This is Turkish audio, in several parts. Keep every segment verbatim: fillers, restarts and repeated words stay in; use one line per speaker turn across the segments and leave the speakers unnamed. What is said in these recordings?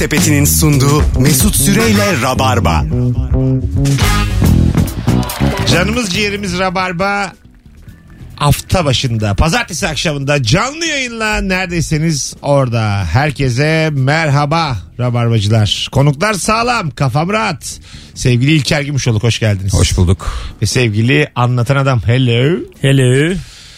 Sepeti'nin sunduğu Mesut Süreyle Rabarba.
Canımız ciğerimiz Rabarba hafta başında pazartesi akşamında canlı yayınla neredeyseniz orada. Herkese merhaba Rabarbacılar. Konuklar sağlam, kafam rahat. Sevgili İlker Gümüşoluk hoş geldiniz.
Hoş bulduk.
Ve sevgili anlatan adam hello.
Hello.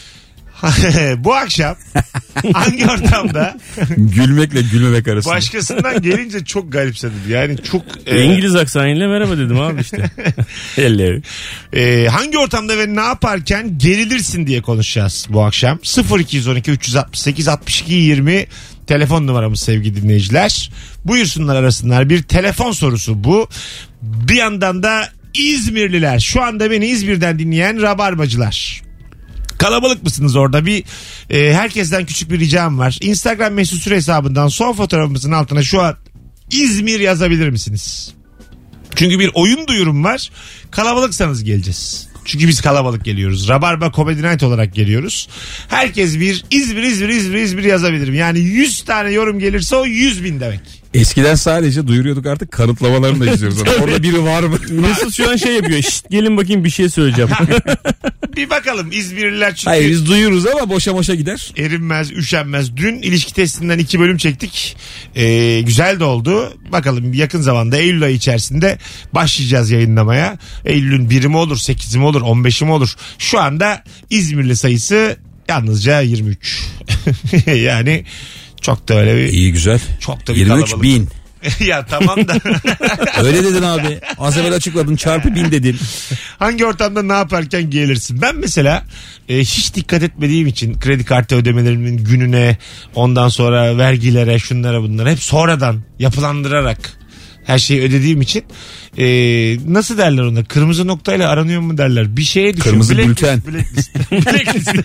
Bu akşam hangi ortamda
gülmekle gülmemek arasında.
Başkasından gelince çok garipsedim. Yani çok
e... İngiliz aksanıyla merhaba dedim abi işte. Hello.
E, hangi ortamda ve ne yaparken gerilirsin diye konuşacağız bu akşam. sıfır iki on iki üç altı sekiz altmış iki yirmi telefon numaramız sevgili dinleyiciler. Buyursunlar arasınlar. Bir telefon sorusu bu. Bir yandan da İzmirliler. Şu anda beni İzmir'den dinleyen Rabarbacılar. Kalabalık mısınız orada? Bir e, herkesten küçük bir ricam var. Instagram mesut süre hesabından son fotoğrafımızın altına şu an İzmir yazabilir misiniz? Çünkü bir oyun duyurum var. Kalabalıksanız geleceğiz. Çünkü biz kalabalık geliyoruz. Rabarba Comedy Night olarak geliyoruz. Herkes bir İzmir, İzmir, İzmir, İzmir yazabilirim. Yani yüz tane yorum gelirse o yüz bin demek.
Eskiden sadece duyuruyorduk, artık kanıtlamalarını da izliyoruz. Orada biri var mı?
Mesut şu an şey yapıyor. Şşt, gelin bakayım bir şey söyleyeceğim.
Bir bakalım İzmirliler çünkü.
Hayır biz duyururuz ama boşa boşa gider.
Erinmez, üşenmez. Dün ilişki testinden iki bölüm çektik. Ee, güzel de oldu. Bakalım yakın zamanda Eylül ayı içerisinde başlayacağız yayınlamaya. Eylül'ün biri mi olur, sekizi mi olur, on beşi mi olur? Şu anda İzmirli sayısı yalnızca yirmi üç. Yani çok da öyle bir...
İyi güzel.
Çok da bir
yirmi üç
kalabalık.
bin.
Ya tamam da.
Öyle dedin abi. Az evvel açıkladın, çarpı bin dedin.
Hangi ortamda ne yaparken gelirsin? Ben mesela e, hiç dikkat etmediğim için kredi kartı ödemelerimin gününe, ondan sonra vergilere, şunlara bunlara hep sonradan yapılandırarak her şeyi ödediğim için e, nasıl derler ona? Kırmızı noktayla aranıyor mu derler? Bir şeye düşüyor.
Kırmızı bülten.
Blacklist.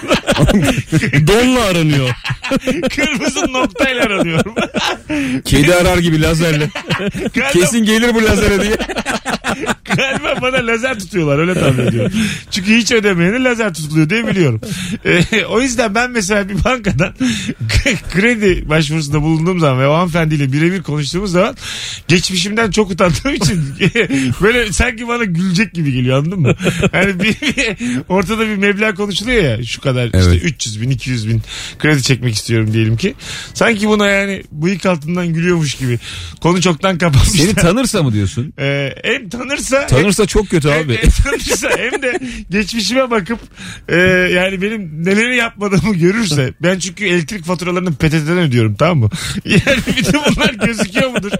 Donla aranıyor.
Kırmızı noktayla aranıyorum.
Kedi arar gibi lazerle.
Galiba,
Kesin gelir bu lazere diye.
galiba bana lazer tutuyorlar, öyle tahmin ediyorum. Çünkü hiç ödemeyene lazer tutuluyor diye biliyorum. E, o yüzden ben mesela bir bankadan kredi başvurusunda bulunduğum zaman ve o hanımefendiyle birebir konuştuğumuz zaman geçmişimden çok utandığım için böyle sanki bana gülecek gibi geliyor, anladın mı? Yani bir, bir ortada bir meblağ konuşuluyor ya, şu kadar
evet.
işte üç yüz bin iki yüz bin kredi çekmek istiyorum diyelim ki. Sanki buna yani bıyık altından gülüyormuş gibi. Konu çoktan kapanmış.
Seni tanırsa mı diyorsun?
Ee, hem tanırsa
Tanırsa hem, çok kötü abi.
Hem, hem tanırsa hem de geçmişime bakıp e, yani benim neleri yapmadığımı görürse, ben çünkü elektrik faturalarını P T T'den ödüyorum, tamam mı? Yani bütün bunlar gözüküyor mudur?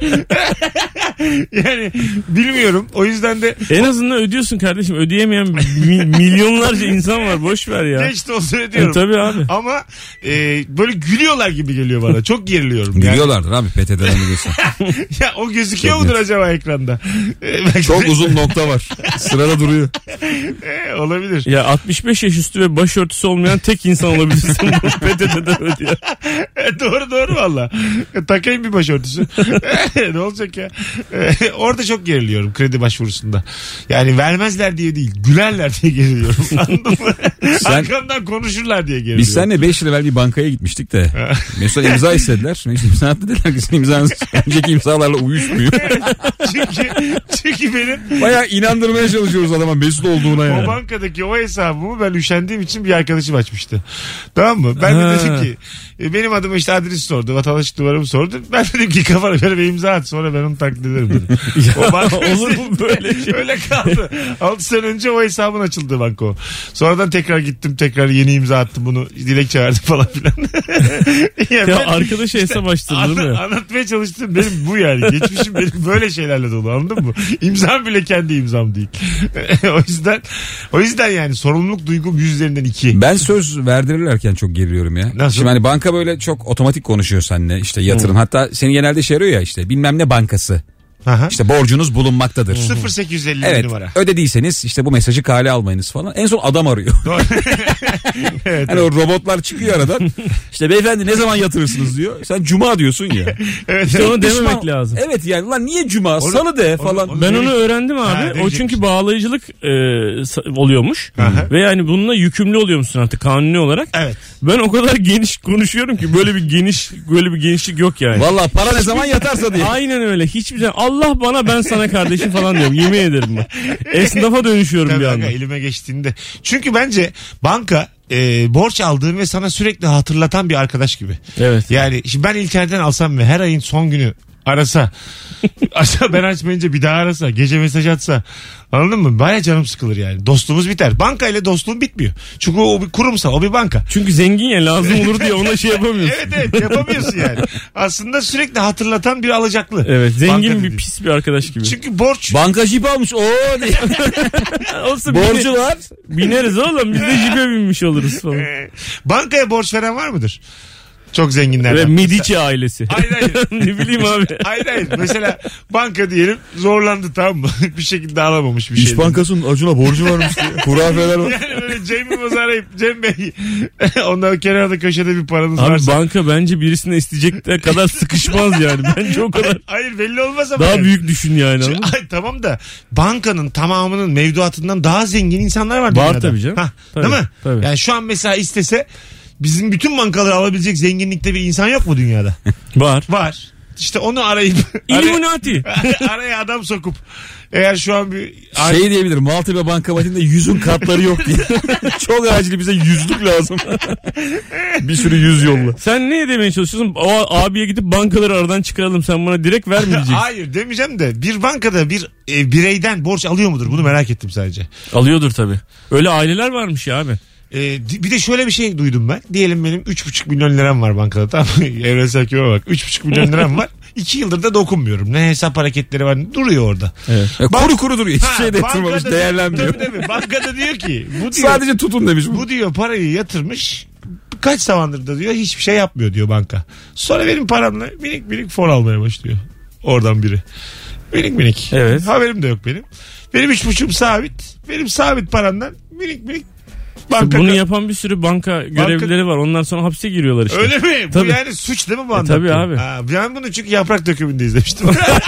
Yani bilmiyorum. O yüzden de
en azından ödüyorsun kardeşim. Ödeyemeyen mi, milyonlarca insan var. Boş ver ya.
Geç de olsa ödüyorum.
E, tabii abi.
Ama e, böyle gülüyorlar gibi geliyor bana. Çok geriliyorum.
Gülüyorlardır yani. Abi P T T'den ödüyorsun.
Ya o gözüküyor
çok
mudur
net.
Acaba ekranda? E,
çok uzun nokta var. Sırada duruyor.
E, olabilir.
Ya altmış beş yaş üstü ve başörtüsü olmayan tek insan olabilirsin. P T T'den ödüyor.
E, doğru doğru valla. E, takayım bir başörtüsü. E, ne olacak ya? E, orada çok geriliyorum kredi başvurusunda. Yani vermezler diye değil, gülerler diye geriliyorum. Anladın mı?
Sen,
arkamdan konuşurlar diye geriliyorum.
Biz seninle beş lira evvel bir bankaya gitmiştik de. Mesut imza istediler. Mesut imza attı, dediler ki senin imzanız önceki imzalarla uyuşmuyor.
çünkü, çünkü benim
bayağı inandırmaya çalışıyoruz adama Mesut olduğuna yani.
O bankadaki o hesabımı ben üşendiğim için bir arkadaşım açmıştı. Tamam mı? Ben de
Ha.
dedim ki benim adıma işte adresi sordu, vatandaşlık numaramı sordu. Ben dedim ki kafana göre bir imza at, sonra ben onu taklit ederim dedim. O banka
olur mu böyle şey?
Öyle kaldı. altı sene önce o hesabın açıldı banko. Sonradan tekrar gittim, tekrar yeni imza attım, bunu dilekçe verdim falan filan.
ya
ben,
arkadaşa hesap açtırdın değil mi?
Anlatmaya çalıştım, benim bu yani. Geçmişim benim böyle şeylerle dolu, anladın mı? İmzam bile kendi imzam değil. o yüzden o yüzden yani sorumluluk duygum yüz üzerinden iki.
Ben söz verdirirlerken çok geriliyorum ya.
Nasıl?
Şimdi hani banka böyle çok otomatik konuşuyor seninle, işte yatırım. Hmm. Hatta seni genelde şey arıyor ya, işte bilmem ne bankası.
Aha.
İşte borcunuz bulunmaktadır.
sıfır sekiz elli
Evet,
numara.
ödediyseniz işte bu mesajı kale almayınız falan. En son adam arıyor.
Evet,
Hani o robotlar çıkıyor aradan. İşte beyefendi ne zaman yatırırsınız diyor. Sen cuma diyorsun ya.
evet,
İşte
evet.
onu dememek
Pişman-
lazım.
Evet yani lan niye cuma?
Onu-
Salı de
onu-
falan.
onu-
Ben
Demek-
onu öğrendim abi.
Ha,
O
demeyecek
çünkü
misin?
bağlayıcılık e, sa- oluyormuş.
Aha.
Ve yani bununla yükümlü oluyormuşsun artık kanuni olarak.
Evet.
Ben o kadar geniş konuşuyorum ki böyle bir geniş böyle bir genişlik yok yani.
Valla para ne zaman yatarsa diye.
Aynen öyle. Hiçbir şey. Allah bana ben sana kardeşim falan diyorum. Yemin ederim ben. Esnafa dönüşüyorum
Tabii
bir
kanka,
anda.
elime geçtiğinde. Çünkü bence banka e, borç aldığın ve sana sürekli hatırlatan bir arkadaş gibi.
Evet.
Yani şimdi ben İlker'den alsam ve her ayın son günü arasa aşağı ben açmayınca bir daha arasa gece mesaj atsa, anladın mı? Baya canım sıkılır yani. Dostluğumuz biter. Banka ile dostluğum bitmiyor. Çünkü o bir kurumsal, o bir banka.
Çünkü zengin ya lazım olur diye ona şey yapamıyorsun.
Evet evet, yapamıyorsun yani. Aslında sürekli hatırlatan bir alacaklı.
Evet,
Banka
zengin bir
dediğin.
pis bir arkadaş gibi.
Çünkü borç.
Banka jip almış. Oo diye.
Olsun,
Borcu var.
bineriz oğlum biz de jipe binmiş oluruz falan.
e, bankaya borç veren var mıdır? Çok zenginlerden.
Ve Medici ailesi.
Hayır hayır.
Ne bileyim abi.
Hayır hayır. Mesela banka diyelim zorlandı, tamam mı? Bir şekilde alamamış bir şey.
İş Bankası'nın Acun'a borcu varmış diye. Hurafeler var.
Yani böyle Cem Yılmaz'ı arayıp Cem Bey ondan kenarda köşede bir paranız
Abi
varsa.
banka bence birisine isteyecek de kadar sıkışmaz yani. Bence o kadar.
Hayır belli olmaz ama.
Daha
yani.
büyük düşün yani. anladın mı?
Ay, tamam da bankanın tamamının mevduatından daha zengin insanlar var
Var
dünyada.
tabii canım.
Hah,
Tabii,
değil mi?
tabii.
Yani şu an mesela istese bizim bütün bankaları alabilecek zenginlikte bir insan yok mu dünyada?
Var.
Var. İşte onu arayıp araya,
Illuminati.
araya adam sokup eğer şu an bir
Şey diyebilirim. Maltepe Bankamatiğinde yüzün kartları yok diye. Çok acil bize yüzlük lazım. Bir sürü yüz yolla.
Sen ne demeye çalışıyorsun? O abiye gidip bankaları aradan çıkaralım. Sen bana direkt vermeyeceksin.
Hayır demeyeceğim de bir bankada bir e, bireyden borç alıyor mudur? Bunu merak ettim sadece.
Alıyordur tabii. Öyle aileler varmış ya abi.
E, di- bir de şöyle bir şey duydum ben. Diyelim benim üç buçuk milyon liram var bankada, tamam mı? Evrensel Kime bak. üç buçuk milyon liram var. iki yıldır da dokunmuyorum. Ne hesap hareketleri var, duruyor orada.
Evet.
Ya
Bank-
kuru kuru duruyor. Hiçbir
Ha,
şey de yatırmamış.
bankada-
Değerlenmiyor.
Tabii tabii. Bankada diyor ki bu diyor,
Sadece tutun demiş bu.
bu diyor parayı yatırmış. Kaç zamandır da diyor hiçbir şey yapmıyor diyor banka. Sonra benim paramla minik minik fon almaya başlıyor. Oradan biri. Minik minik.
Evet.
Haberim de yok benim. Benim üç buçuğum sabit. Benim sabit paramdan minik minik
İşte
banka.
bunu yapan bir sürü banka görevlileri var. Onlar sonra hapse giriyorlar işte.
Öyle mi?
Tabii.
Bu yani suç değil mi bu
E,
anlattığın?
tabii abi.
Ha, ben bunu çünkü yaprak dökümünde izlemiştim.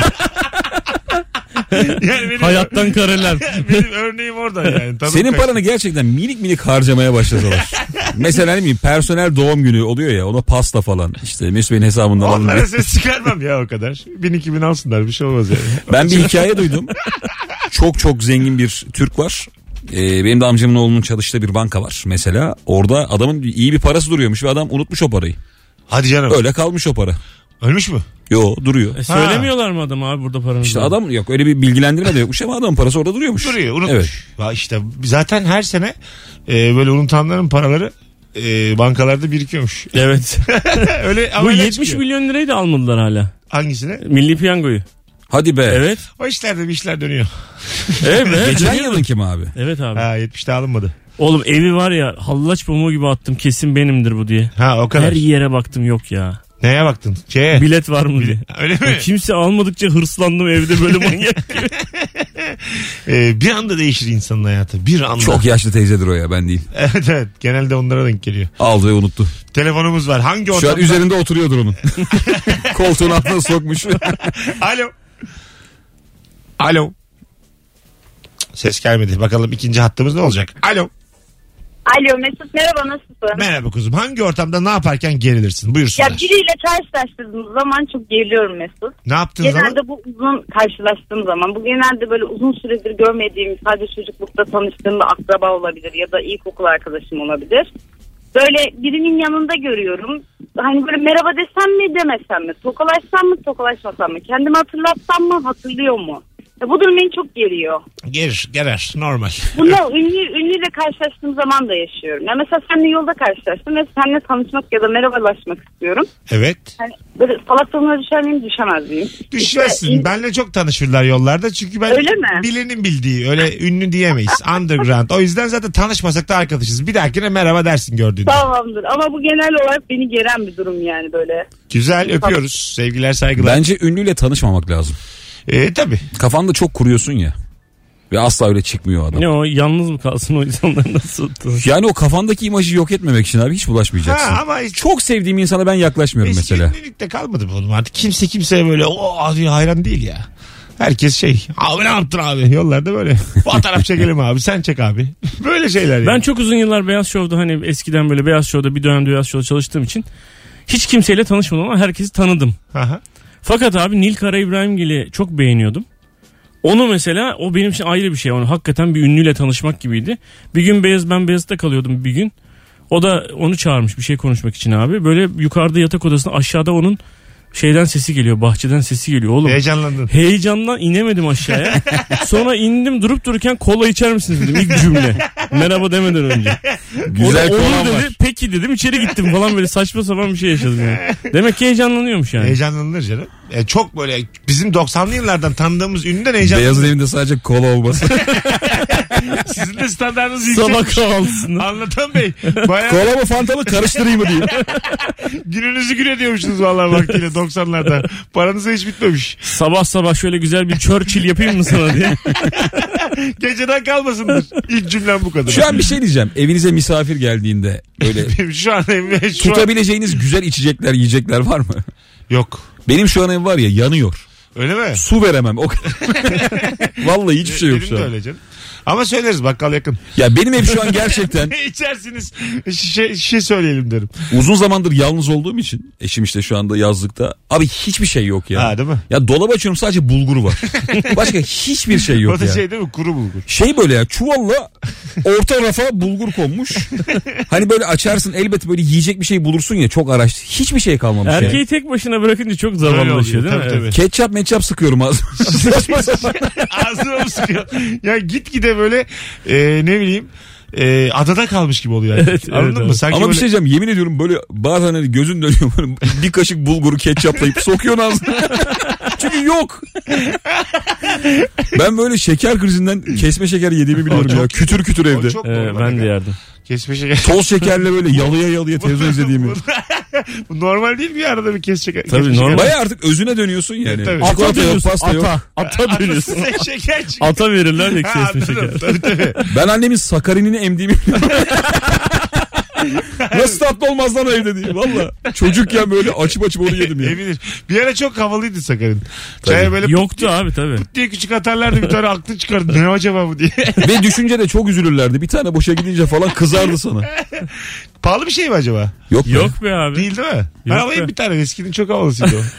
yani benim,
Hayattan kareler.
benim örneğim oradan yani. Tadım
Senin
kaçtı.
paranı gerçekten minik minik harcamaya başlasalar. Mesela ne bileyim personel doğum günü oluyor ya, ona pasta falan. İşte Mesut Bey'in hesabından alın diye.
Onlara ses çıkarmam ya o kadar. Bin iki bin alsınlar, bir şey olmaz yani.
Ben bir hikaye duydum. Çok çok zengin bir Türk var. Ee, benim de amcamın oğlunun çalıştığı bir banka var mesela. Orada adamın iyi bir parası duruyormuş ve adam unutmuş o parayı.
Hadi canım.
Öyle kalmış o para.
Ölmüş mü?
Yo, duruyor.
E, söylemiyorlar mı adam abi burada paranızı?
İşte adam yok, öyle bir bilgilendirme de yokmuş ama adamın parası orada duruyormuş.
Duruyor, unutmuş.
Evet.
Ya işte zaten her sene e, böyle unutanların paraları e, bankalarda birikiyormuş.
Evet.
Öyle
Bu
haberler
yetmiş
çıkıyor.
milyon lirayı da almadılar hala.
Hangisine?
Milli piyangoyu.
Hadi be.
Evet.
O işlerde bir işler dönüyor.
Evet.
Geçen yılınki mi abi?
Evet abi.
Ha yetmişte alınmadı.
Oğlum evi var ya hallaç pamuğu gibi attım kesin benimdir bu diye.
Ha o kadar.
Her yere baktım yok ya.
Neye baktın? Şeye.
Bilet var mı diye.
Öyle mi?
Ya kimse almadıkça hırslandım evde böyle manyak gibi.
Ee, bir anda değişir insanın hayatı. Bir anda.
Çok yaşlı teyzedir o ya, ben değil.
Evet evet. Genelde onlara denk geliyor.
Aldı ve unuttu.
Telefonumuz var. Hangi
Şu an
ortamda?
üzerinde oturuyordur onun. Koltuğun altına sokmuş.
Alo. Alo. Ses gelmedi. Bakalım ikinci hattımız ne olacak? Alo.
Alo Mesut, merhaba, nasılsın?
Merhaba kuzum. Hangi ortamda ne yaparken gerilirsin? Buyursunlar.
Ya biriyle karşılaştığım zaman çok geriliyorum Mesut.
Ne yaptığın
Genelde
zaman?
bu uzun karşılaştığım zaman, bu genelde böyle uzun süredir görmediğim, sadece çocuklukta tanıştığım bir akraba olabilir ya da ilkokul arkadaşım olabilir. Böyle birinin yanında görüyorum. Hani böyle merhaba desem mi demesem mi? Tokalaşsam mı tokalaşmasam mı? Kendimi hatırlatsam mı hatırlıyor mu? Ya bu durum beni çok geriyor.
Gelir, gelir. Normal.
Bunu ünlü, ünlüyle karşılaştığım zaman da yaşıyorum. Ya mesela seninle yolda karşılaştım ve seninle tanışmak ya da merhabalaşmak istiyorum.
Evet.
Yani böyle salaklığına düşer miyim, düşemez miyim?
Düşmezsin.
İşte,
Benle çok tanışırlar yollarda. Çünkü ben
Öyle mi?
bilenin bildiği, öyle ünlü diyemeyiz. Underground. O yüzden zaten tanışmasak da arkadaşız. Bir dahakine merhaba dersin gördüğünde.
Tamamdır ama bu genel olarak beni geren bir durum yani böyle.
Güzel, öpüyoruz. Sevgiler, saygılar.
Bence ünlüyle tanışmamak lazım.
E, tabii.
Kafanda çok kuruyorsun ya. Ve asla öyle çıkmıyor adam.
Ne o, yalnız mı kalsın o insanlar, nasıl?
Yani o kafandaki imajı yok etmemek için abi hiç bulaşmayacaksın.
Ha, ama hiç-
Çok sevdiğim insana ben yaklaşmıyorum
Eski
mesela.
ünlülükte kalmadı bu oğlum artık. Kimse kimseye böyle o abi hayran değil ya. Herkes şey, abi ne yaptın abi? Yollarda böyle fotoğraf çekelim abi, sen çek abi. Böyle şeyler yani.
Ben çok uzun yıllar Beyaz Show'da, hani eskiden böyle Beyaz Show'da, bir dönem Beyaz Show'da çalıştığım için hiç kimseyle tanışmadım ama herkesi tanıdım.
Aha.
Fakat abi Nil Kara İbrahimgil'i çok beğeniyordum. Onu mesela, o benim için ayrı bir şey. Onu hakikaten bir ünlüyle tanışmak gibiydi. Bir gün Beyaz, ben Beyaz'da kalıyordum bir gün. O da onu çağırmış bir şey konuşmak için abi. Böyle yukarıda yatak odasında, aşağıda onun şeyden sesi geliyor, bahçeden sesi geliyor oğlum.
Heyecanlandın.
Heyecandan inemedim aşağıya. Sonra indim, durup dururken kola içer misiniz dedim ilk cümle. Merhaba demeden önce.
Güzel
o da,
kolan
olur dedi.
var.
Peki dedim, içeri gittim falan, böyle saçma sapan bir şey yaşadım yani. Demek ki heyecanlanıyormuş yani.
Heyecanlanır canım. E, çok böyle bizim doksanlı yıllardan tanıdığımız ünlüden heyecanlanır.
Beyazın evinde sadece kola olması.
Sizin de standartınız
Sabah
yüksekmiş.
kahvaltısında.
Anlatan Bey. Bayağı
Kola mı Fanta mı karıştırayım mı diye.
gününüzü gün ediyormuşsunuz vallahi vaktiyle doksanlarda. Paranız hiç bitmemiş.
Sabah sabah şöyle güzel bir Churchill yapayım mı sana diye.
Geceden kalmasındır. İlk cümlem bu kadar.
Şu an bir şey diyeceğim. Evinize misafir geldiğinde böyle
Benim şu an evime şu an...
tutabileceğiniz güzel içecekler, yiyecekler var mı?
Yok.
Benim şu an ev var ya, yanıyor.
Öyle mi?
Su veremem o kadar. Vallahi hiçbir şey yok
Benim
şu
de
an.
öyle canım. Ama söyleriz, bakkal yakın.
Ya benim ev şu an gerçekten
Ne içersiniz? Şişe, şişe söyleyelim derim.
uzun zamandır yalnız olduğum için, eşim işte şu anda yazlıkta. Abi hiçbir şey yok ya.
Ha, değil mi?
Ya dolaba açıyorum, sadece bulgur var. Başka hiçbir şey yok
O da
ya.
şey değil mi? Kuru bulgur.
Şey böyle ya, çuvalla orta rafa bulgur konmuş. Hani böyle açarsın, elbette böyle yiyecek bir şey bulursun ya, çok araştır. Hiçbir şey kalmamış
Erkeği
ya.
tek başına bırakınca çok
Öyle
zavallılaşıyor
oluyor,
değil mi?
tabii,
Evet.
tabii.
Ketçap meçap sıkıyorum ağzıma. Saçma sapan.
Ağzına mı sıkıyor? Ya gitgide böyle e, ne bileyim e, adada kalmış gibi oluyor. Yani.
Evet,
Anladın
evet,
mı?
evet.
Sanki
Ama bir
böyle...
şey diyeceğim, yemin ediyorum böyle bazen hani gözün dönüyor, böyle bir kaşık bulguru ketçaplayıp sokuyorsun ağzına. Çünkü yok. Ben böyle şeker krizinden kesme şeker yediğimi biliyorum
çok
ya.
iyi.
Kütür kütür
O
evde.
çok
Ee,
normal
ben de
ya.
yardım.
Kesme şeker.
Toz şekerle böyle yalıya yalıya televizyon izlediğimi.
Bu normal değil mi ya, arada bir kes şeker?
Tabii,
kesme
normal.
şeker.
Baya artık özüne dönüyorsun yani.
Tabii.
Çikolata yok,
dönüyorsun,
pasta yok.
ata. Ata dönüyorsun.
Sen şeker çıkıyor.
Ata verirler ya
Ha,
kesme
anladım.
şeker.
Tabii tabii.
Ben annemin sakarinini emdiğimi biliyorum. Nasıl tatlı olmaz lan o evde diye. Valla. Çocukken böyle açıp açıp onu yedim ya.
Eminim. Bir ara çok havalıydı sakarin. Çaya böyle
Yoktu abi tabii.
diye küçük atarlardı, bir tane aklı çıkardı. Ne acaba bu diye.
Ve düşünce de çok üzülürlerdi. Bir tane boşa gidince falan kızardı sana.
Pahalı bir şey mi acaba?
Yok be.
Yok be abi.
Değil değil mi? Ben
Yok
alayım
be.
bir tane. Eskinin çok havalısıydı o.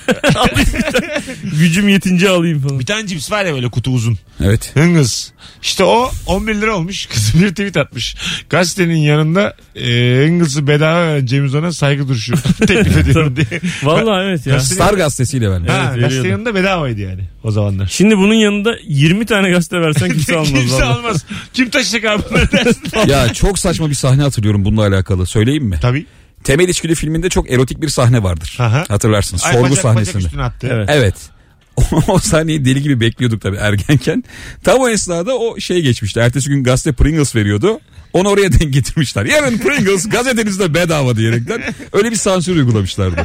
Gücüm yetince alayım falan.
Bir tane cips var ya böyle kutu uzun.
Evet.
Hıngız. İşte o on bir lira olmuş. Kız bir tweet atmış. Gazetenin yanında e, Hıngız'ı bedava veren Cem Uzan'a saygı duruşu teklif ediyorum diye.
Vallahi evet ya.
Star gazetesiyle ben.
Ha,
Evet,
gazetenin
veriyordu.
yanında bedavaydı yani o zamanlar.
Şimdi bunun yanında yirmi tane gazete versen kimse almaz.
Kimse
vallahi.
almaz. Kim taşıyacak abi bunları dersin.
Ya çok saçma bir sahne hatırlıyorum bununla alakalı. Söyleyeyim mi?
Tabii.
Temel İçgüdü filminde çok erotik bir sahne vardır.
Aha.
Hatırlarsınız.
Ay,
Sorgu
bacak, bacak
sahnesinde.
üstüne attı.
Evet.
Evet. O sahneyi deli gibi bekliyorduk tabii ergenken. Tam o esnada o şey geçmişti. Ertesi gün gazete Pringles veriyordu. Onu oraya denk getirmişler. Yarın Pringles gazetenizde bedava diyerekten öyle bir sansür uygulamışlardı.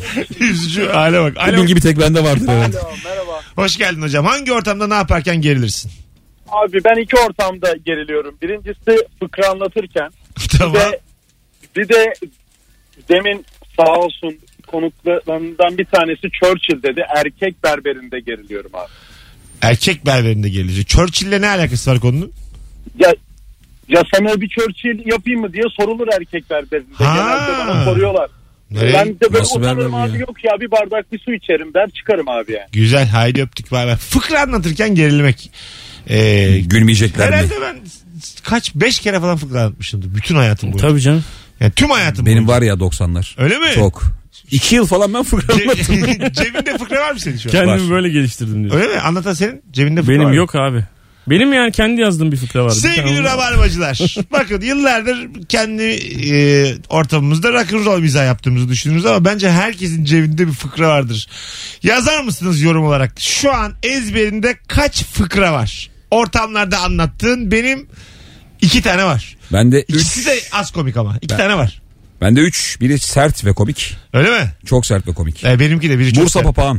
Üzücü hale bak.
Bu
Alo.
bilgi bir tek bende vardır herhalde.
Alo, merhaba.
Hoş geldin hocam. Hangi ortamda ne yaparken gerilirsin?
Abi ben iki ortamda geriliyorum. Birincisi fıkra anlatırken.
Tamam.
Bir de, bir de demin sağ olsun konuklarından bir tanesi Churchill dedi. Erkek berberinde geriliyorum abi.
Erkek berberinde gerilecek. Churchill'le ne alakası var konunun?
Ya ya sana bir Churchill yapayım mı diye sorulur erkek berberinde.
Ha.
Genelde bana soruyorlar.
Nereye?
Ben de böyle
Nasıl
utanırım
berber bu
abi,
ya?
yok ya bir bardak bir su içerim der çıkarım abi yani.
Güzel, haydi öptük bay bay. Fıkra anlatırken gerilmek. Ee,
Gülmeyecekler mi?
herhalde ben kaç beş kere falan fıkra anlatmışımdır. Bütün hayatım boyunca.
Tabii canım.
Yani tüm hayatım
Benim
boyunca.
var ya doksanlar.
Öyle mi?
Çok. İki yıl falan ben fıkra anlattım.
Ce- Cebinde fıkra var mı senin şu an?
Kendimi
Var.
böyle geliştirdim diyor.
Öyle mi? Anlatan senin cebinde fıkra var
Benim
mı?
yok abi. Benim yani kendi yazdığım bir fıkra vardı.
Sevgili
Bir tane-
rabarbacılar. Bakın yıllardır kendi e, ortamımızda rock'n'roll mizah yaptığımızı düşünürüz ama bence herkesin cebinde bir fıkra vardır. Yazar mısınız yorum olarak? Şu an ezberinde kaç fıkra var? Ortamlarda anlattığın benim iki tane var.
Bende
İkisi
üç.
de az komik ama. İki
Ben-
tane var.
Bende üç. Biri sert ve komik.
Öyle mi?
Çok sert ve komik.
E, benimki de biri çok
Bursa
sert.
papağan.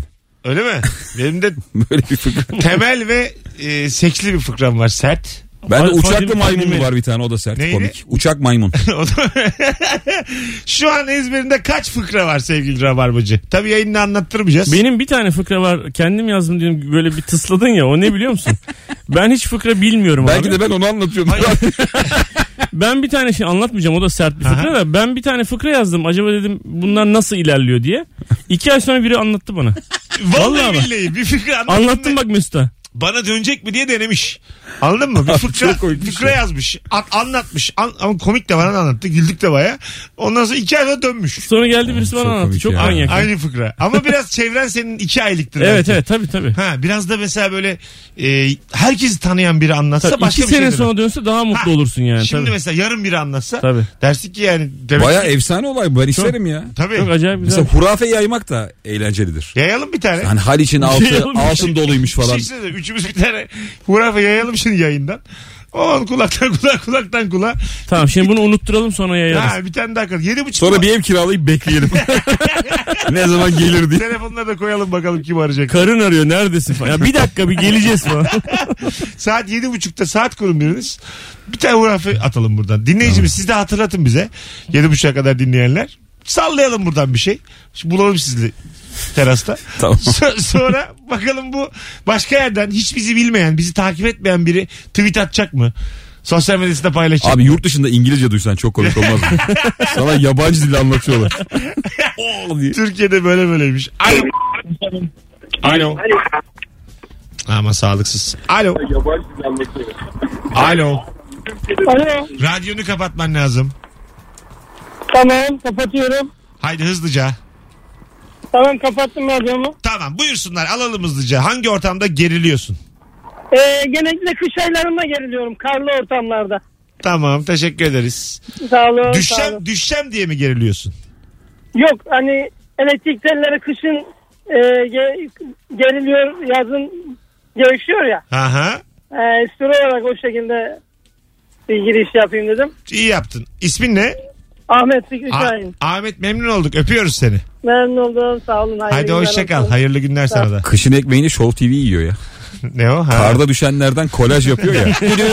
Öyle mi? Benim de
Böyle bir fıkra.
temel ve e, seksli bir fıkram var, sert.
Ben de
Fadime-
uçaklı maymun
Fadime-
var bir tane, o da sert,
Neydi?
komik. Uçak maymun.
O da- Şu an ezberinde kaç fıkra var sevgili Rabarbacı? Tabii yayında anlattırmayacağız.
Benim bir tane fıkra var. Kendim yazdım diyorum, böyle bir tısladın ya. O ne biliyor musun? Ben hiç fıkra bilmiyorum
Belki
abi.
de ben onu anlatıyorum.
Ben bir tane şey anlatmayacağım, o da sert bir fıkra da. Ben bir tane fıkra yazdım. Acaba dedim bunlar nasıl ilerliyor diye. İki ay sonra biri anlattı bana.
Vallahi
Vallahi
billahi bir fıkra anlattın
Anlattım
da
bak Mesut'a.
bana dönecek mi diye denemiş. Anladın mı? Bir fıkra,
çok komik bir
fıkra
şey.
yazmış. An- anlatmış. An- ama komik de bana da anlattı. Güldük de baya. Ondan sonra iki ay sonra dönmüş.
Sonra geldi birisi
Çok
bana anlattı.
komik
Çok
ya.
manyak.
Aynı fıkra. Ama biraz çevren senin iki aylıktır.
Evet
belki.
evet tabii tabii.
Ha, biraz da mesela böyle e, herkesi tanıyan biri anlatsa
Tabii,
başka
iki
bir şey
sene
derim.
sonra dönse daha mutlu
Ha,
olursun yani.
Şimdi
tabii.
mesela yarın biri anlatsa
Tabii.
dersin ki yani demek
Baya
ki,
efsane olay bu, ben isterim ya.
tabii.
Çok acayip güzel.
Mesela hurafe yaymak da eğlencelidir.
Yayalım bir tane.
Hani Haliç'in altı
Yayalım.
altın doluymuş
Bir
falan.
şey söyleyeyim. Üçümüz bir tane hurafe yayalım şimdi yayından. O kulaktan kulağa kulaktan kulağa.
Tamam şimdi bunu unutturalım sonra yayarız.
Ha, bir tane daha kal. Yedi buçuk.
Sonra bir ev kiralayıp bekleyelim. Ne zaman gelir diye.
Telefonları da koyalım bakalım kim arayacak.
Karın arıyor neredesin falan. Ya bir dakika bir geleceğiz falan.
Saat yedi buçukta saat kurun biriniz. Bir tane hurafe atalım buradan. Dinleyicimiz siz de hatırlatın bize. Yedi buçuğa kadar dinleyenler. Sallayalım buradan bir şey. Şimdi bulalım sizi terasta.
Tamam.
So- sonra bakalım bu başka yerden hiç bizi bilmeyen, bizi takip etmeyen biri tweet atacak mı? Sosyal medyasında paylaşacak.
Abi yurt dışında İngilizce duysan çok komik olmaz mı? Sana yabancı dil anlatıyorlar. Oo diye.
Türkiye'de böyle böyleymiş. Alo. Alo. Ama sağlıksız. Alo. Alo.
Alo.
Radyonu kapatman lazım.
Tamam kapatıyorum.
Haydi hızlıca.
Tamam kapattım radyomu.
Tamam buyursunlar, alalım hızlıca. Hangi ortamda geriliyorsun?
Ee, genellikle kış aylarında geriliyorum. Karlı ortamlarda.
Tamam, teşekkür ederiz.
Sağ olun. sağ
Düşsem,
olun.
düşsem diye mi geriliyorsun?
Yok hani elektrik telleri kışın e, ge- geriliyor, yazın gevşiyor ya.
Aha.
E, espri olarak o şekilde bir giriş yapayım dedim.
İyi yaptın. İsmin ne?
Ahmet Fikri
A-
Şahin.
Ahmet, memnun olduk. Öpüyoruz seni.
Memnun oldum. Sağ olun. hayırlı
Haydi
günler
hoşça kal.
olsun.
Hayırlı günler sana da.
Kışın ekmeğini Show T V yiyor ya.
Ne o? Ha.
Karda düşenlerden kolaj yapıyor ya.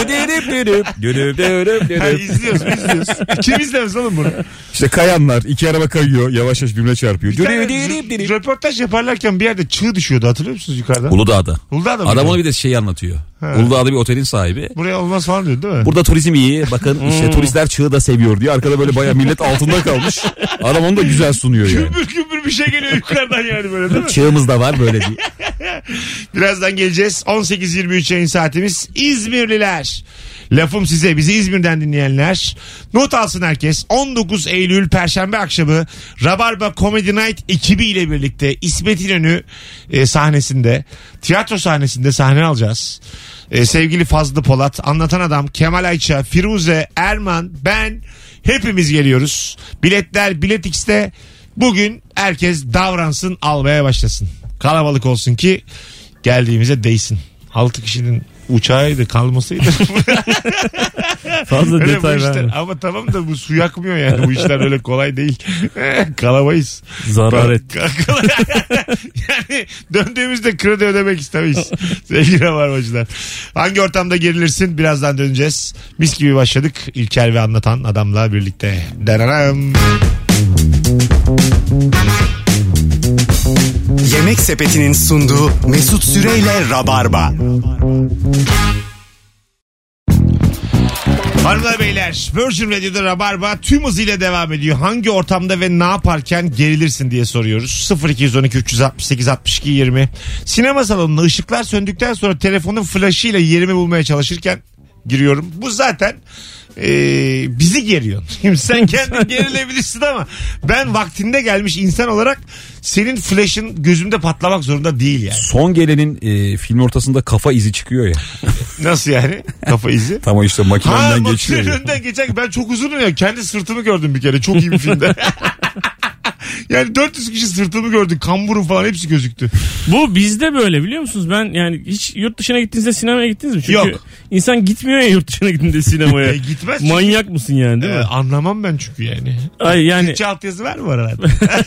Ha, izliyoruz izliyoruz. Kim izlemez oğlum bunu?
İşte kayanlar, iki araba kayıyor, yavaş yavaş birbirine çarpıyor.
Bir tane rö- röportaj yaparlarken bir yerde çığ düşüyordu, hatırlıyor musunuz yukarıdan?
Uludağ'da.
Uludağ'da mı?
Adam onu bir de şey anlatıyor.
Ha.
Uludağ'da bir otelin sahibi.
Buraya olmaz falan diyor değil mi?
Burada turizm iyi. Bakın işte turistler çığı da seviyor diyor. Arkada böyle bayağı millet altında kalmış. Adam onu da güzel sunuyor yani.
Gümbür gümbür bir şey geliyor yukarıdan yani böyle değil mi?
Çığımız da var böyle diye.
Birazdan geleceğiz. on sekiz yirmi üç yayın saatimiz. İzmirliler. Lafım size, bizi İzmir'den dinleyenler. Not alsın herkes. on dokuz Eylül Perşembe akşamı Rabarba Comedy Night ekibiyle birlikte İsmet İnönü e, sahnesinde, tiyatro sahnesinde sahne alacağız. E, sevgili Fazlı Polat, Anlatan Adam, Kemal Ayça, Firuze, Erman, ben hepimiz geliyoruz. Biletler Bilet X'te. Bugün herkes davransın, almaya başlasın. Kalabalık olsun ki geldiğimize değsin. Altı kişinin uçağıydı, kalmasıydı.
Fazla
Öyle bu
detay
işler.
verme.
Ama tamam da bu su yakmıyor yani. Bu işler öyle kolay değil. Kalamayız.
Zarar et.
Yani döndüğümüzde kredi ödemek istemeyiz. Sevgili Rabarbacılar. Hangi ortamda gerilirsin? Birazdan döneceğiz. Mis gibi başladık. İlker ve Anlatan Adam'la birlikte. Dararam.
Yemek Sepeti'nin sunduğu Mesut Süreyle Rabarba.
Hanımlar beyler, Virgin Radio'da Rabarba tüm hızıyla devam ediyor. Hangi ortamda ve ne yaparken gerilirsin diye soruyoruz. sıfır iki on iki üç altı sekiz altmış iki yirmi. Sinema salonunda ışıklar söndükten sonra telefonun flaşıyla yerimi bulmaya çalışırken giriyorum. Bu zaten ee, bizi geriyorsun. Şimdi sen kendin gerilebilirsin ama ben vaktinde gelmiş insan olarak senin flash'ın gözümde patlamak zorunda değil yani.
Son gelenin e, film ortasında kafa izi çıkıyor ya.
Nasıl yani? Kafa izi.
Tam o işte
Ha,
makineden geçiyor
makinenin
ya.
önünden geçen ben çok uzunum ya. Kendi sırtımı gördüm bir kere. Çok iyi bir filmde. Yani dört yüz kişi sırtımı gördü. Kamburum falan hepsi gözüktü.
Bu bizde böyle biliyor musunuz? Ben yani hiç yurt dışına gittiğinizde sinemaya gittiniz mi? Çünkü
Yok.
insan gitmiyor ya yurt dışına gittiğinde sinemaya.
E, gitmez çünkü.
Manyak mısın yani değil
Ee,
mi?
anlamam ben çünkü yani.
Ay yani
Türkçe altyazı var mı aralarda?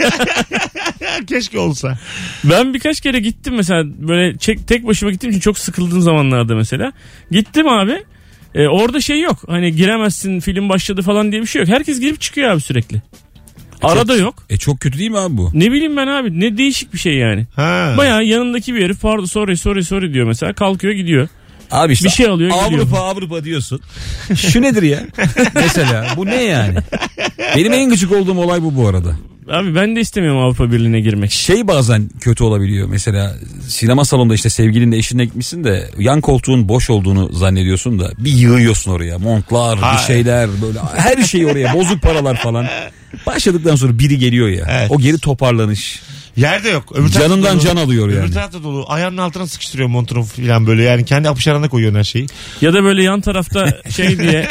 Keşke olsa.
ben birkaç kere gittim mesela böyle çek, tek başıma gittiğim için çok sıkıldığım zamanlarda mesela. Gittim abi. E, orada şey yok. Hani giremezsin film başladı falan diye bir şey yok. Herkes girip çıkıyor abi sürekli. Arada yok.
E çok kötü değil mi abi bu?
Ne bileyim ben abi ne değişik bir şey yani.
Ha.
Bayağı yanındaki bir herif pardon sorry sorry sorry diyor mesela kalkıyor gidiyor.
Abi işte
Bir şey alıyor,
Avrupa
gidiyor.
Avrupa diyorsun. Şu nedir ya? Mesela bu ne yani? Benim en gıcık olduğum olay bu bu arada.
Abi ben de istemiyorum Avrupa Birliği'ne girmek.
Şey bazen kötü olabiliyor. Mesela sinema salonunda işte sevgilinle eşinle gitmişsin de yan koltuğun boş olduğunu zannediyorsun da bir yığıyorsun oraya. Montlar,
Hayır.
bir şeyler böyle her şey oraya, bozuk paralar falan. Başladıktan sonra biri geliyor ya.
Evet.
O geri toparlanış.
Yerde yok. Öbür tarafta
Canından
dolu.
can alıyor yani.
Öbür tarafta dolu. Ayağının altına sıkıştırıyor montunu falan böyle. Yani kendi apışarına koyuyorsun her şeyi.
Ya da böyle yan tarafta şey diye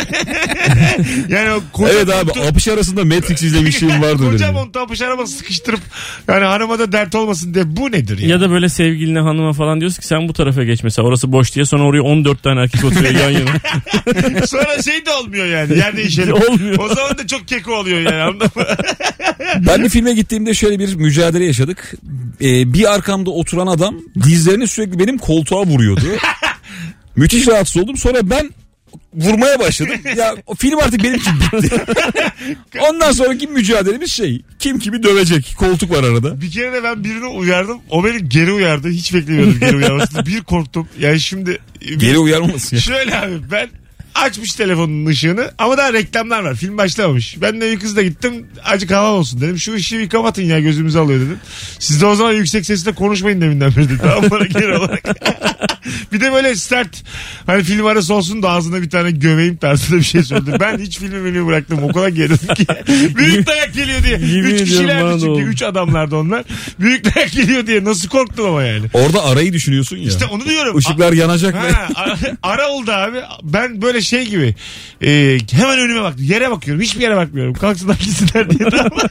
Yani o koca
Evet abi
montu-
apış arasında Matrix izlemişliğim vardır.
Koca
benim.
montu apışarına sıkıştırıp yani hanıma da dert olmasın diye bu nedir ya?
ya da böyle sevgiline hanıma falan diyorsun ki sen bu tarafa geç mesela orası boş diye sonra oraya on dört tane erkek oturuyor yan yana.
Sonra şey de olmuyor yani. Yer değişelim.
Olmuyor.
O zaman da çok keko oluyor yani. Anladın mı?
Ben bir filme gittiğimde şöyle bir mücadele yaşadık. Ee, bir arkamda oturan adam dizlerini sürekli benim koltuğa vuruyordu. Müthiş rahatsız oldum. Sonra ben vurmaya başladım. Ya o film artık benim için bitti. Ondan sonraki mücadelemiz şey. Kim kimi dövecek. Koltuk var arada.
Bir kere de ben birini uyardım. O beni geri uyardı. Hiç beklemiyordum geri uyarmasını. Bir korktum. Yani şimdi...
Geri uyarmamasın ya.
Şöyle abi ben açmış telefonun ışığını ama daha reklamlar var. Film başlamamış. Ben de bir kızla gittim. Acık hava olsun dedim. Şu ışığı bir kapatın ya gözümüzü alıyor dedim. Siz de o zaman yüksek sesle konuşmayın deminden beri dedi. Tamam bana geri olarak. Bir de böyle sert hani film arası olsun da ağzına bir tane gömeyim tarzında bir şey söyledi. Ben hiç filmi menüyü bıraktım. O kadar gerildim ki. Büyük dayak geliyor diye.
Yemin
Üç
ediyorum
kişilerdi
bana da
çünkü.
oldu.
Üç adamlardı onlar. Büyük dayak geliyor diye. Nasıl korktum ama yani.
Orada arayı düşünüyorsun ya.
İşte onu diyorum.
Işıklar yanacak ve
Ha, ara, ara oldu abi. Ben böyle şey gibi e, hemen önüme baktım. Yere bakıyorum. Hiçbir yere bakmıyorum. Kalksınlar gitsinler diye.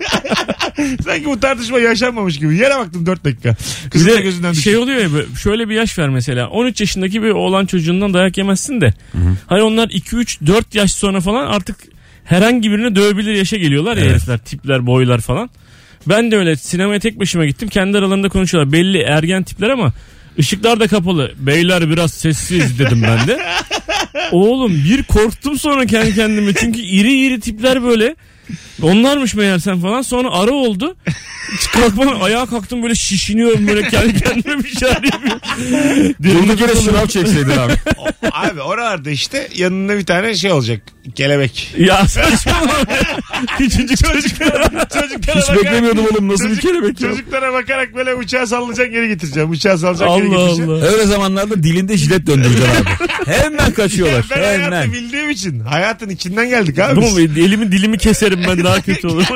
Sanki bu tartışma yaşanmamış gibi. Yere baktım dört dakika. Kızın da
Bir
gözünden
de
düştü.
şey oluyor ya böyle, şöyle bir yaş ver mesela on üç yaşındaki bir oğlan çocuğundan dayak yemezsin de hani onlar iki üç dört yaş sonra falan artık herhangi birini dövebilir yaşa geliyorlar ya
Evet.
herifler tipler boylar falan. Ben de öyle sinemaya tek başıma gittim kendi aralarında konuşuyorlar belli ergen tipler ama ışıklar da kapalı beyler biraz sessiz dedim ben de. Oğlum bir korktum sonra kendi kendime çünkü iri iri tipler böyle onlarmış meğersem falan sonra ara oldu. Kalkmam ayağa kalktım böyle şişiniyorum böyle kendi kendime bir şeyler yapıyorum.
durduk yere sınav çekseydin abi.
Abi oralarda işte yanında bir tane şey olacak. Kelebek.
Ya saçmalama. Küçücük çocuklar.
Çocuklara
Hiç beklemiyordum oğlum nasıl bir kelebek ya.
Çocuklara bakarak böyle uçağı sallayacak geri getireceğim. Uçağı sallayacak geri
Allah
getireceğim.
Allah.
Öyle zamanlarda dilinde jilet döndüreceksin abi. Hemen kaçıyorlar.
Ben hayatı
Hemen.
bildiğim için. Hayatın içinden geldik abi.
Bu mu? Elimi dilimi keserim ben daha kötü olur.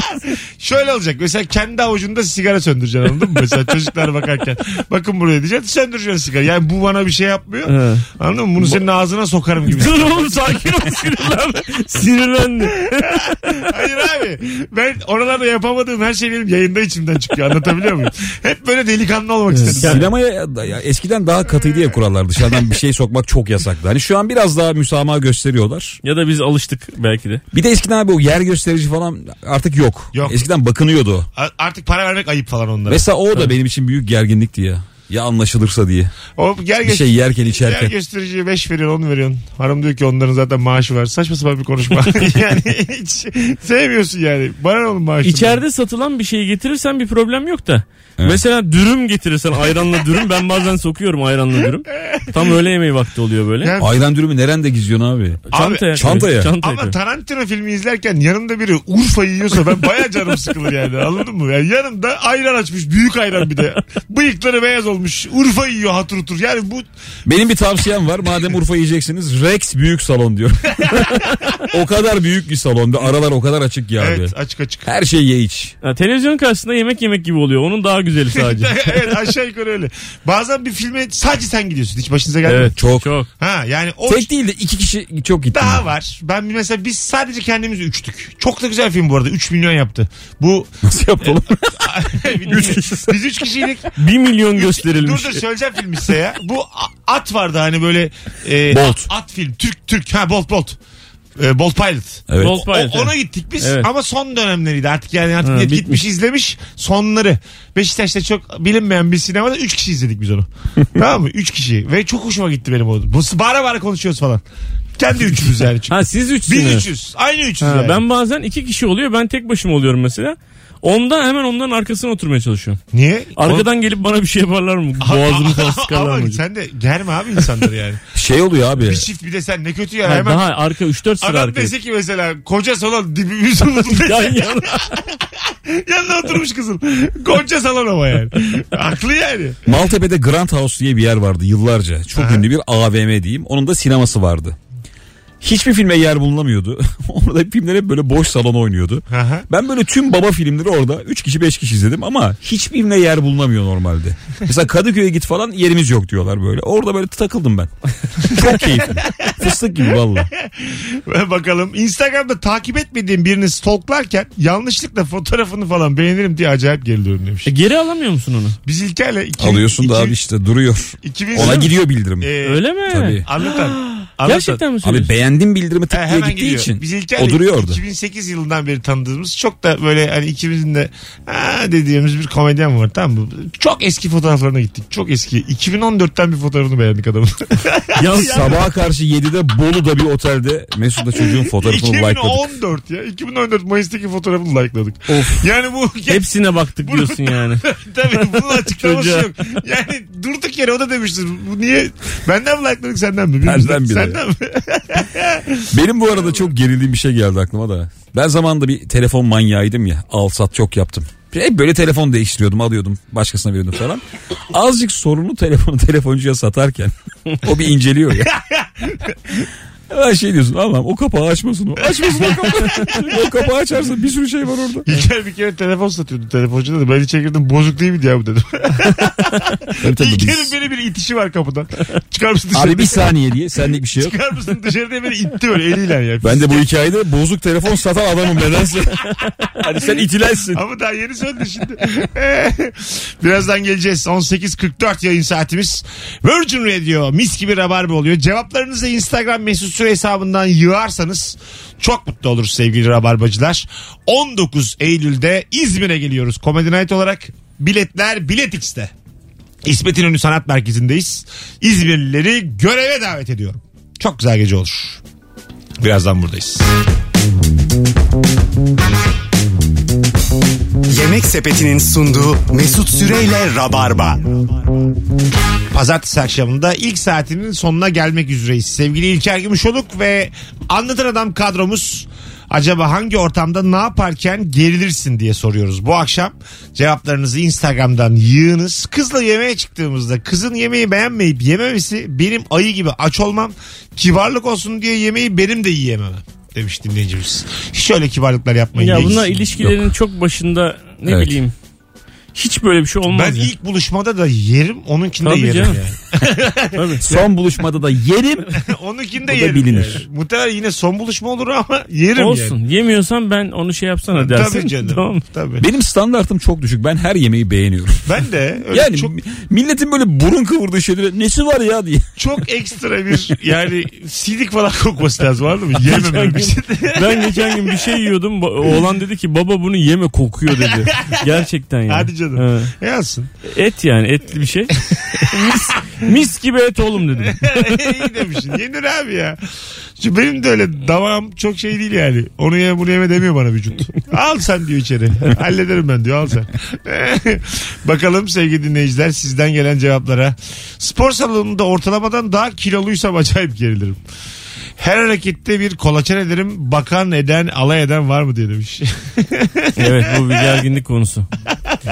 Şöyle olacak. Mesela kendi avucunda sigara söndüreceksin anladın mı? Mesela çocuklara bakarken. Bakın buraya diyeceksin. Söndüreceksin sigara. Yani bu bana bir şey yapmıyor.
He.
Anladın mı? Bunu senin ağzına sokarım gibi.
Dur oğlum sakin ol sinirlenme. Sinirlendi.
Hayır abi. Ben oralarda yapamadığım her şey benim yayında içimden çıkıyor. Anlatabiliyor muyum? Hep böyle delikanlı olmak istedim.
Sinemaya ya eskiden daha katıydı ya kurallar. Dışarıdan bir şey sokmak çok yasaktı. Hani şu an biraz daha müsamaha gösteriyorlar.
Ya da biz alıştık belki de.
Bir de eskiden abi o yer gösterici falan artık yok.
Yok.
Eskiden bakınıyordu o.
A- Artık para vermek ayıp falan onlara.
Mesela o da benim için büyük gerginlikti ya. Ya anlaşılırsa diye.
O gel
Bir şey yerken
Yer
içerken.
göstericiye beş veriyorsun on veriyorsun. Hanım diyor ki onların zaten maaşı var. Saçma sapan bir konuşma. Yani hiç sevmiyorsun yani. Bana ne onun maaşı?
İçeride satılan bir şeyi getirirsen bir problem yok da.
Evet.
Mesela dürüm getirirsen ayranla dürüm ben bazen sokuyorum ayranla dürüm. Tam öğle yemeği vakti oluyor böyle.
Yani-
Ayran dürümü nerede gizliyorsun abi?
Çantaya.
çantaya.
Çantaya.
Ama Tarantino filmi izlerken yanımda biri Urfa yiyorsa ben baya canım sıkılır yani anladın mı? Yani yanımda ayran açmış büyük ayran bir de. Bıyıkları beyaz olmuş olmuş. Urfa yiyor hatır hutur. Yani bu...
Benim bir tavsiyem var. Madem Urfa yiyeceksiniz, Rex büyük salon diyorum. O kadar büyük bir salon. Aralar o kadar açık ya abi.
Evet, açık açık.
Her şey ye iç.
Ha, televizyon karşısında yemek yemek gibi oluyor. Onun daha güzeli sadece.
Evet, aşağı yukarı öyle. Bazen bir filme sadece sen gidiyorsun. Hiç başınıza geldi mi?
Evet,
Çok.
çok.
Ha yani o
Tek değil de iki kişi çok gittim.
daha var. Ben mesela biz sadece kendimiz üçtük. Çok da güzel film bu arada. üç milyon yaptı. Bu
Nasıl yaptı oğlum?
üç kişi. Biz üç kişiydik.
Bir milyon gösterilmiş.
Dur da söyleyeceğim film size ya. Bu a- at vardı hani böyle e,
Bolt.
at film. Türk Türk. Ha Bolt Bolt. E, Bolt Pilot.
Evet.
Bolt
O-
Pilot,
ona
evet.
gittik biz
Evet.
ama son dönemleriydi artık yani artık
Ha,
gitmiş,
bitmiş.
izlemiş sonları. Beşiktaş'ta çok bilinmeyen bir sinemada üç kişi izledik biz onu. Tamam mı? üç kişi ve çok hoşuma gitti benim o. Bu bağıra bağıra konuşuyoruz falan. Kendi üçümüz yani. Çünkü.
Ha siz üçsünüz.
Biz üçüz. Aynı üçüz
Ha,
yani.
ben bazen iki kişi oluyor. Ben tek başıma oluyorum mesela. Ondan hemen onların arkasına oturmaya çalışıyorum.
Niye?
Arkadan gelip bana bir şey yaparlar mı? Boğazımı falan sıkarlar
Ama
mı?
sen de germe abi insanları yani.
Şey oluyor abi.
Bir çift bir de sen ne kötü ya.
Ha,
Hemen
daha arka üç dört sıra
adam
arka.
dese ki mesela koca salon dibimizde uzun
Yan
dese.
yana.
Yanına oturmuş kızın. Koca salon ama yani. Haklı yani.
Maltepe'de Grand House diye bir yer vardı yıllarca. Çok
Aha.
ünlü bir A V M diyeyim. Onun da sineması vardı. Hiçbir filme yer bulunamıyordu. Orada filmler hep böyle boş salon oynuyordu.
Aha.
Ben böyle tüm baba filmleri orada üç kişi beş kişi izledim ama hiçbirine yer bulunamıyor normalde. Mesela Kadıköy'e git falan yerimiz yok diyorlar böyle. Orada böyle takıldım ben. Çok keyifli. Fıstık gibi valla.
Bakalım Instagram'da takip etmediğim birini stalklarken yanlışlıkla fotoğrafını falan beğenirim diye acayip geriliyorum demiş.
E, geri alamıyor musun onu?
Biz İlker'le iki,
Alıyorsun da
iki-
abi işte duruyor.
iki bin
Ona gidiyor bildirim.
Ee,
Öyle mi?
Tabii.
Anlatan.
Gerçekten mi
Abi
söylüyorsun?
beğendim bildirimi tık
He,
diye
hemen
gittiği
gidiyor.
için
Biz İlker'le
o duruyor orada.
iki bin sekiz yılından beri tanıdığımız çok da böyle hani ikimizin de ha dediğimiz bir komedyen var, tamam mı? Çok eski fotoğraflarına gittik. Çok eski. iki bin on dörtten bir fotoğrafını beğendik adamın.
Yalnız sabaha karşı yedide Bolu'da bir otelde Mesut'la çocuğun fotoğrafını likeladık.
iki bin on dört ya. iki bin on dört Mayıs'taki fotoğrafını likeladık.
Of.
Yani bu
Hepsine baktık
Bunu-
diyorsun yani.
tabii bunun açıklaması
Çocuğa.
yok. Yani durduk yere o da demiştir. Bu niye? Benden mi likeladık senden mi?
Benden bile.
Senden mi?
Benim bu arada çok gerildiğim bir şey geldi aklıma da. Ben zamanında bir telefon manyağıydım ya. Al sat çok yaptım. Hep böyle telefon değiştiriyordum, alıyordum, başkasına veriyordum falan. Azıcık sorunlu telefonu telefoncuya satarken o bir inceliyor ya. Ben şey diyorsun, Allah'ım o kapağı açmasın o. Açmasın o kapağı. Çünkü o kapağı açarsa bir sürü şey var orada.
İlker bir kere telefon satıyordu telefoncuda da. Ben içeri girdim, bozuk değil mi ya bu dedim.
Tabii, tabii,
İlker'in
biz-
beni bir itişi var kapıdan. Çıkar mısın dışarı?
Abi bir saniye diye senlik bir şey yok.
Çıkar mısın dışarı diye beni itti öyle eliyle ya.
Ben de bu hikayede bozuk telefon satan adamım nedense. Hadi sen itilensin.
Ama daha yeni söndü şimdi. Birazdan geleceğiz. on sekiz kırk dört yayın saatimiz. Virgin Radio mis gibi rabarba oluyor. Cevaplarınızı Instagram mesut süre hesabından yığarsanız çok mutlu oluruz sevgili rabarbacılar. on dokuz Eylül'de İzmir'e geliyoruz. Comedy Night olarak biletler Bilet X'te. İsmet İnönü Sanat Merkezi'ndeyiz. İzmirlileri göreve davet ediyorum. Çok güzel gece olur. Birazdan buradayız.
Yemek Sepeti'nin sunduğu Mesut Süreyle Rabarba.
Pazartesi akşamında ilk saatinin sonuna gelmek üzereyiz. Sevgili İlker Gümüşoluk ve Anlatan Adam kadromuz acaba hangi ortamda ne yaparken gerilirsin diye soruyoruz. Bu akşam cevaplarınızı Instagram'dan yığınız. Kızla yemeğe çıktığımızda kızın yemeği beğenmeyip yememesi benim ayı gibi aç olmam, kibarlık olsun diye yemeği benim de yiyememem demiş dinleyicimiz. Hiç öyle kibarlıklar yapmayın.
Ya
diye
bunlar
gitsin.
ilişkilerin çok başında ne
Evet.
bileyim. Hiç böyle bir şey olmaz
Ben
ya.
ilk buluşmada da yerim, onunkinde
Tabii
yerim
canım.
yani.
Tabii.
Son buluşmada da yerim.
Onunkinde
O da
yerim.
bilinir.
Yani. Muhtemelen yine son buluşma olur ama yerim
Olsun.
yani.
Yemiyorsan ben onu şey yapsana dersin.
Tabii canım.
Tamam.
Tabii.
Benim standartım çok düşük. Ben her yemeği beğeniyorum.
Ben de öyle
Yani
çok
mi- milletin böyle burun kıvırdığı şeylere nesi var ya diye.
çok ekstra bir yani sidik falan kokması lazım, anladın mı? Yememem bir şey.
Ben geçen gün bir şey yiyordum. Ba- Oğlan dedi ki baba bunu yeme kokuyor dedi. Gerçekten yani.
Hadi canım.
Evet.
Yazsın.
Et yani etli bir şey. mis, mis gibi et oğlum dedim.
İyi demişsin. Yenir abi ya. Şu benim de öyle damağım çok şey değil yani. Onu yeme bunu yeme demiyor bana vücut. Al sen diyor içeri. Hallederim ben diyor, al sen. Bakalım sevgili dinleyiciler sizden gelen cevaplara. Spor salonunda ortalamadan daha kiloluysam acayip gerilirim. Her harekette bir kolaçan ederim. Bakan eden alay eden var mı diye demiş.
Evet, bu bir gerginlik konusu.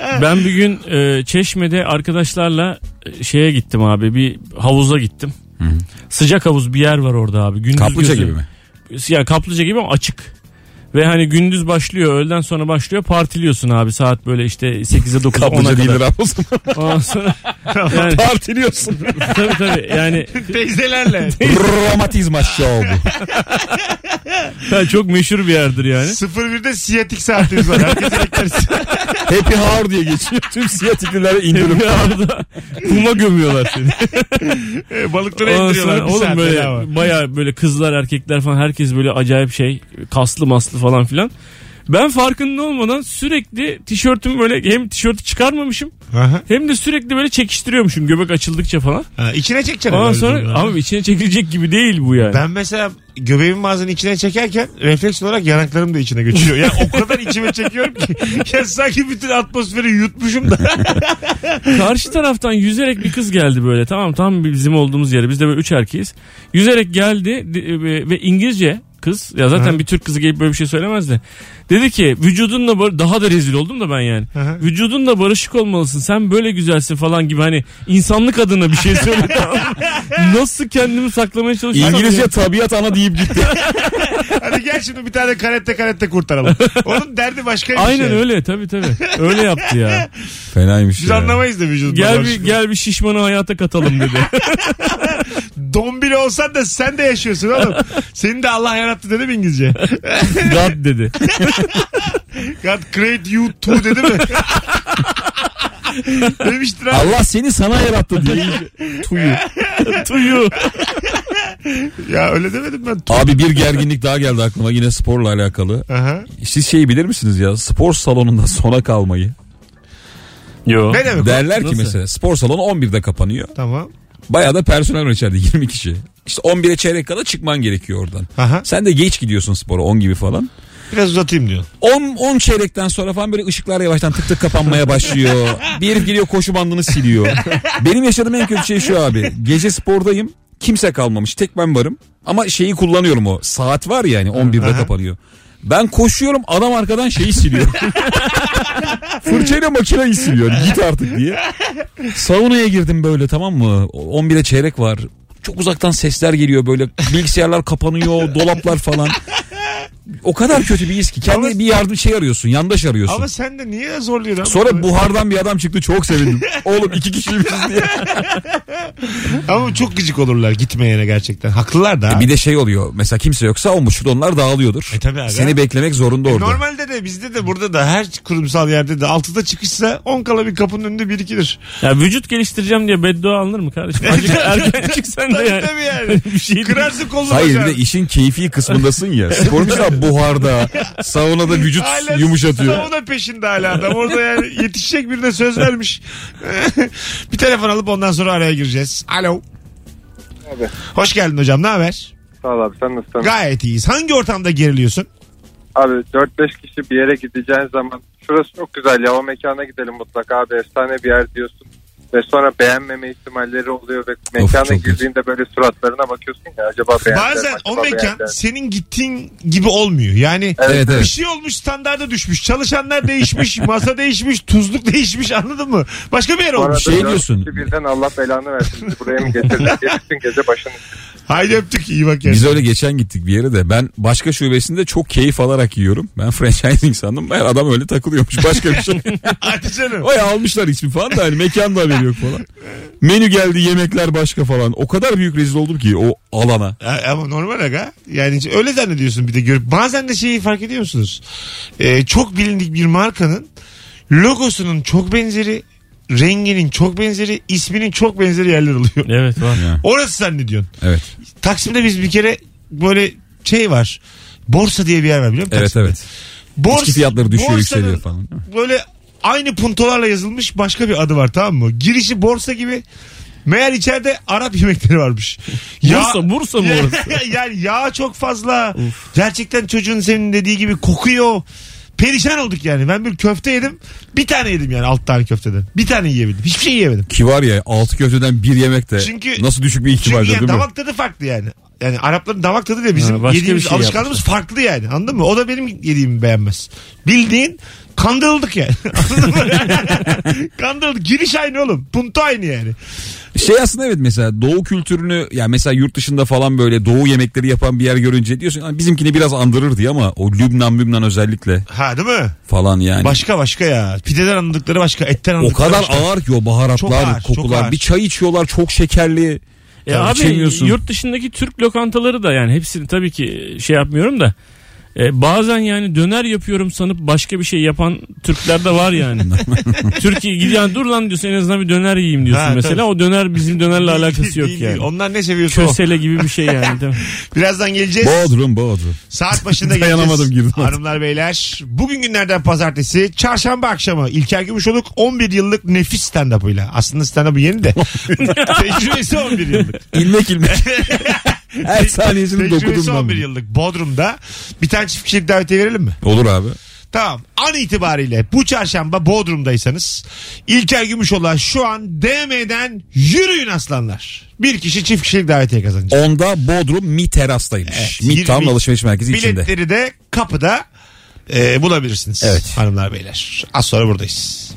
Ben bir gün e, Çeşme'de arkadaşlarla e, şeye gittim abi. Bir havuza gittim.
Hı-hı.
Sıcak havuz bir yer var orada abi. Gündüz
Kaplıca
gözü,
gibi mi?
Ya kaplıca gibi ama açık. Ve hani gündüz başlıyor, öğleden sonra başlıyor, partiliyorsun abi saat böyle işte sekize dokuza ona
Kaplıca
kadar.
değildir abi o zaman.
Ondan sonra yani,
Partiliyorsun.
tabii tabii yani
Teyzelerle.
Romatizma show bu.
yani çok meşhur bir yerdir yani.
sıfır birde siyatik saatimiz var. Herkese bekleriz.
Happy hour diye geçiyor. Tüm siyatiklileri indirip.
Orada kuma gömüyorlar seni.
E, balıkları
Ondan
indiriyorlar.
sonra
Bir
oğlum
saat
böyle
bedava.
baya böyle kızlar erkekler falan herkes böyle acayip şey kaslı maslı falan filan. Ben farkında olmadan sürekli tişörtümü böyle hem tişörtü çıkarmamışım
Aha.
hem de sürekli böyle çekiştiriyormuşum göbek açıldıkça falan.
Ha, içine çekeceksin.
Ondan
öyle
sonra
durumda.
abi içine çekilecek gibi değil bu yani.
Ben mesela göbeğimin bazen içine çekerken refleks olarak yanaklarım da içine geçiyor. Ya o kadar içime çekiyorum ki. Ya sanki bütün atmosferi yutmuşum da.
Karşı taraftan yüzerek bir kız geldi böyle, tamam tam bizim olduğumuz yere, biz de böyle üç erkeğiz. Yüzerek geldi ve, ve İngilizce kız, ya zaten
Hı.
bir Türk kızı gelip böyle bir şey söylemezdi. Dedi ki vücudunla bar- daha da rezil oldum da ben yani.
Hı.
Vücudunla barışık olmalısın, sen böyle güzelsin falan gibi, hani insanlık adına bir şey söyledi. Nasıl kendimi saklamaya çalışıyorum.
İngilizce tabiat ana deyip gitti.
Hadi gel şimdi bir tane karette karette kurtaralım. Onun derdi başkaymış.
Aynen
yani.
öyle, tabii tabii. Öyle yaptı ya.
Fenaymış
Biz
ya.
anlamayız da vücudunla
Gel bir
barışık.
gel bir şişmanı hayata katalım dedi.
Dombili olsan da sen de yaşıyorsun oğlum. Seni de Allah yarattı dedi mi İngilizce?
God dedi.
God create you too dedi mi? Demiştir abi.
Allah seni sana yarattı diye.
Tuyu. Tuyu.
Ya öyle demedim ben.
Abi bir gerginlik daha geldi aklıma yine sporla alakalı.
Aha.
Siz şeyi bilir misiniz ya, spor salonunda sona kalmayı?
Yo.
Ne demek o?
Derler ki
Nasıl?
mesela spor salonu on birde kapanıyor.
Tamam.
Bayağı da personel var içeride, yirmi kişi. İşte on bire çeyrek kala çıkman gerekiyor oradan.
Aha.
Sen de geç gidiyorsun spora, on gibi falan.
Biraz uzatayım diyorsun.
on on çeyrekten sonra falan böyle ışıklar yavaştan tık tık kapanmaya başlıyor. Bir herif geliyor koşu bandını siliyor. Benim yaşadığım en kötü şey şu abi. Gece spordayım. Kimse kalmamış. Tek ben varım. Ama şeyi kullanıyorum o. Saat var ya hani on birde kapanıyor. Ben koşuyorum, adam arkadan şeyi siliyor. Fırçayla makineyi siliyor. Git artık diye. Saunaya girdim böyle, tamam mı? on bire çeyrek var. Çok uzaktan sesler geliyor böyle. Bilgisayarlar kapanıyor, dolaplar falan. O kadar kötü bir his ki. Kendi
Ama-
bir yardım şey arıyorsun, yandaş arıyorsun.
Ama sen de niye zorluyorsun?
Sonra buhardan bir adam çıktı, çok sevindim. Oğlum iki kişiymişiz diye.
Ama çok gıcık olurlar gitmeyene gerçekten. Haklılar da.
Bir de şey oluyor. Mesela kimse yoksa on buçukta onlar dağılıyordur.
E tabii abi.
Seni beklemek zorunda
E
orada.
normalde de bizde de burada da her kurumsal yerde de altıda çıkışsa on kala bir kapının önünde birikilir.
Ya vücut geliştireceğim diye beddua alınır mı kardeşim? Azıcık erken çık sen de
Tabii
yani.
tabii yani.
Bir şey değil.
Kırarsın kolunu
Hayır, bir
bacağını.
de işin keyfi kısmındasın ya. Sporcular buharda, saunada vücut
Hala
yumuşatıyor.
Sauna peşinde hala adam. Orada yani yetişecek birine söz vermiş. Bir telefon alıp ondan sonra araya gireceğiz. Alo.
Abi.
Hoş geldin hocam, ne haber?
Sağ ol abi, sen nasılsın?
Gayet iyiyiz. Hangi ortamda geriliyorsun?
Abi dört beş kişi bir yere gideceğin zaman şurası çok güzel ya, o mekana gidelim mutlaka abi, efsane bir yer diyorsun. Ve sonra beğenmeme ihtimalleri oluyor ve mekana
çok
girdiğinde böyle suratlarına bakıyorsun ya, acaba beğendiler mi,
Bazen
acaba
o mekan
beğendiler mi?
senin gittiğin gibi olmuyor. Yani
Evet,
bir
evet.
şey olmuş, standarda düşmüş. Çalışanlar değişmiş, masa değişmiş, tuzluk değişmiş, anladın mı? Başka bir yer
Bu arada
olmuş.
Şey
dört
diyorsun.
kişi birden Allah belanı versin, bizi buraya mı getirdin diye bütün gece başını.
Haydi öptük, iyi bak kendine.
Biz öyle geçen gittik bir yere de. Ben başka şubesinde çok keyif alarak yiyorum. Ben franchising sandım. Meğer adam öyle takılıyormuş, başka bir şey.
Hadi canım.
O ya almışlar ismi falan da hani mekan da haberi yok falan. Menü geldi, yemekler başka falan. O kadar büyük rezil oldum ki o alana.
Ya, ama normal aga. Yani öyle zannediyorsun bir de görüp. Bazen de şeyi fark ediyor musunuz? Ee, çok bilindik bir markanın logosunun çok benzeri, renginin çok benzeri, isminin çok benzeri yerler oluyor.
Evet var.
Ya,
Orası zannediyorsun.
evet.
Taksim'de biz bir kere böyle şey var. Borsa diye bir yer var biliyor musun?
Evet
Taksim'de?
evet.
Borsa,
İçki fiyatları düşüyor,
borsanın
yükseliyor falan.
Böyle aynı puntolarla yazılmış başka bir adı var, tamam mı? Girişi borsa gibi. Meğer içeride Arap yemekleri varmış.
Bursa, Bursa mı orası?
Yani yağ çok fazla. Gerçekten çocuğun senin dediği gibi kokuyor. perişan olduk yani. Ben bir köfte yedim. Bir tane yedim yani altı tane köfteden. Bir tane yiyebildim. Hiçbir şey yiyemedim.
Ki var ya altı köfteden bir yemek de
Çünkü,
nasıl düşük bir ihtimaldir
çünkü yani
değil mi?
damak tadı farklı yani. Yani Arapların damak tadı ile bizim
Ha,
yediğimiz
şey
alışkanlığımız farklı yani. Anladın mı? O da benim yediğimi beğenmez. Bildiğin kandırıldık yani. Anladın mı? Kandırıldık. Giriş aynı oğlum. Punto aynı yani.
Şey aslında evet mesela doğu kültürünü yani mesela yurt dışında falan böyle doğu yemekleri yapan bir yer görünce diyorsun hani bizimkini biraz andırır diye ama o Lübnan Lübnan özellikle
Ha değil mi?
falan yani.
Başka başka ya. Pideden anladıkları başka. Etten
O
anladıkları
kadar
başka.
ağır ki o baharatlar,
Çok ağır, çok
kokular.
ağır.
Bir çay içiyorlar çok şekerli.
E
Yani
abi
içemiyorsun.
yurt dışındaki Türk lokantaları da yani hepsini tabii ki şey yapmıyorum da e, bazen yani döner yapıyorum sanıp başka bir şey yapan Türkler de var yani. Türkiye gidiyor dur lan diyorsun en azından bir döner yiyeyim diyorsun
Ha,
mesela
tabii.
o döner bizim dönerle alakası
Değil,
yok
değil,
yani.
değil. Onlar ne seviyorsa o.
Kösele gibi bir şey yani. Değil mi?
Birazdan geleceğiz.
Bodrum Bodrum.
Saat başında
Dayanamadım,
geleceğiz.
girdim artık.
Hanımlar beyler. Bugün günlerden pazartesi. Çarşamba akşamı İlker Gümüşoluk on bir yıllık nefis stand-up'ıyla. Aslında stand-up'ı yeni de. Tecrübesi on bir yıllık.
İlmek ilmek. Her saniyesini dokudum
Tecrübesi
ben.
on bir yıllık. Bodrum'da. Bir tane çift kişilik davetiye verelim mi?
Olur abi.
Tamam. An itibariyle bu çarşamba Bodrum'daysanız İlker Gümüşoluk'a şu an D M'den yürüyün aslanlar. Bir kişi çift kişilik davetiye kazanacak.
Onda Bodrum Mi Teras'taymış.
Evet,
Midtown
yirmi
alışveriş merkezi içinde.
Biletleri de kapıda e, bulabilirsiniz.
Evet.
Hanımlar beyler. Az sonra buradayız.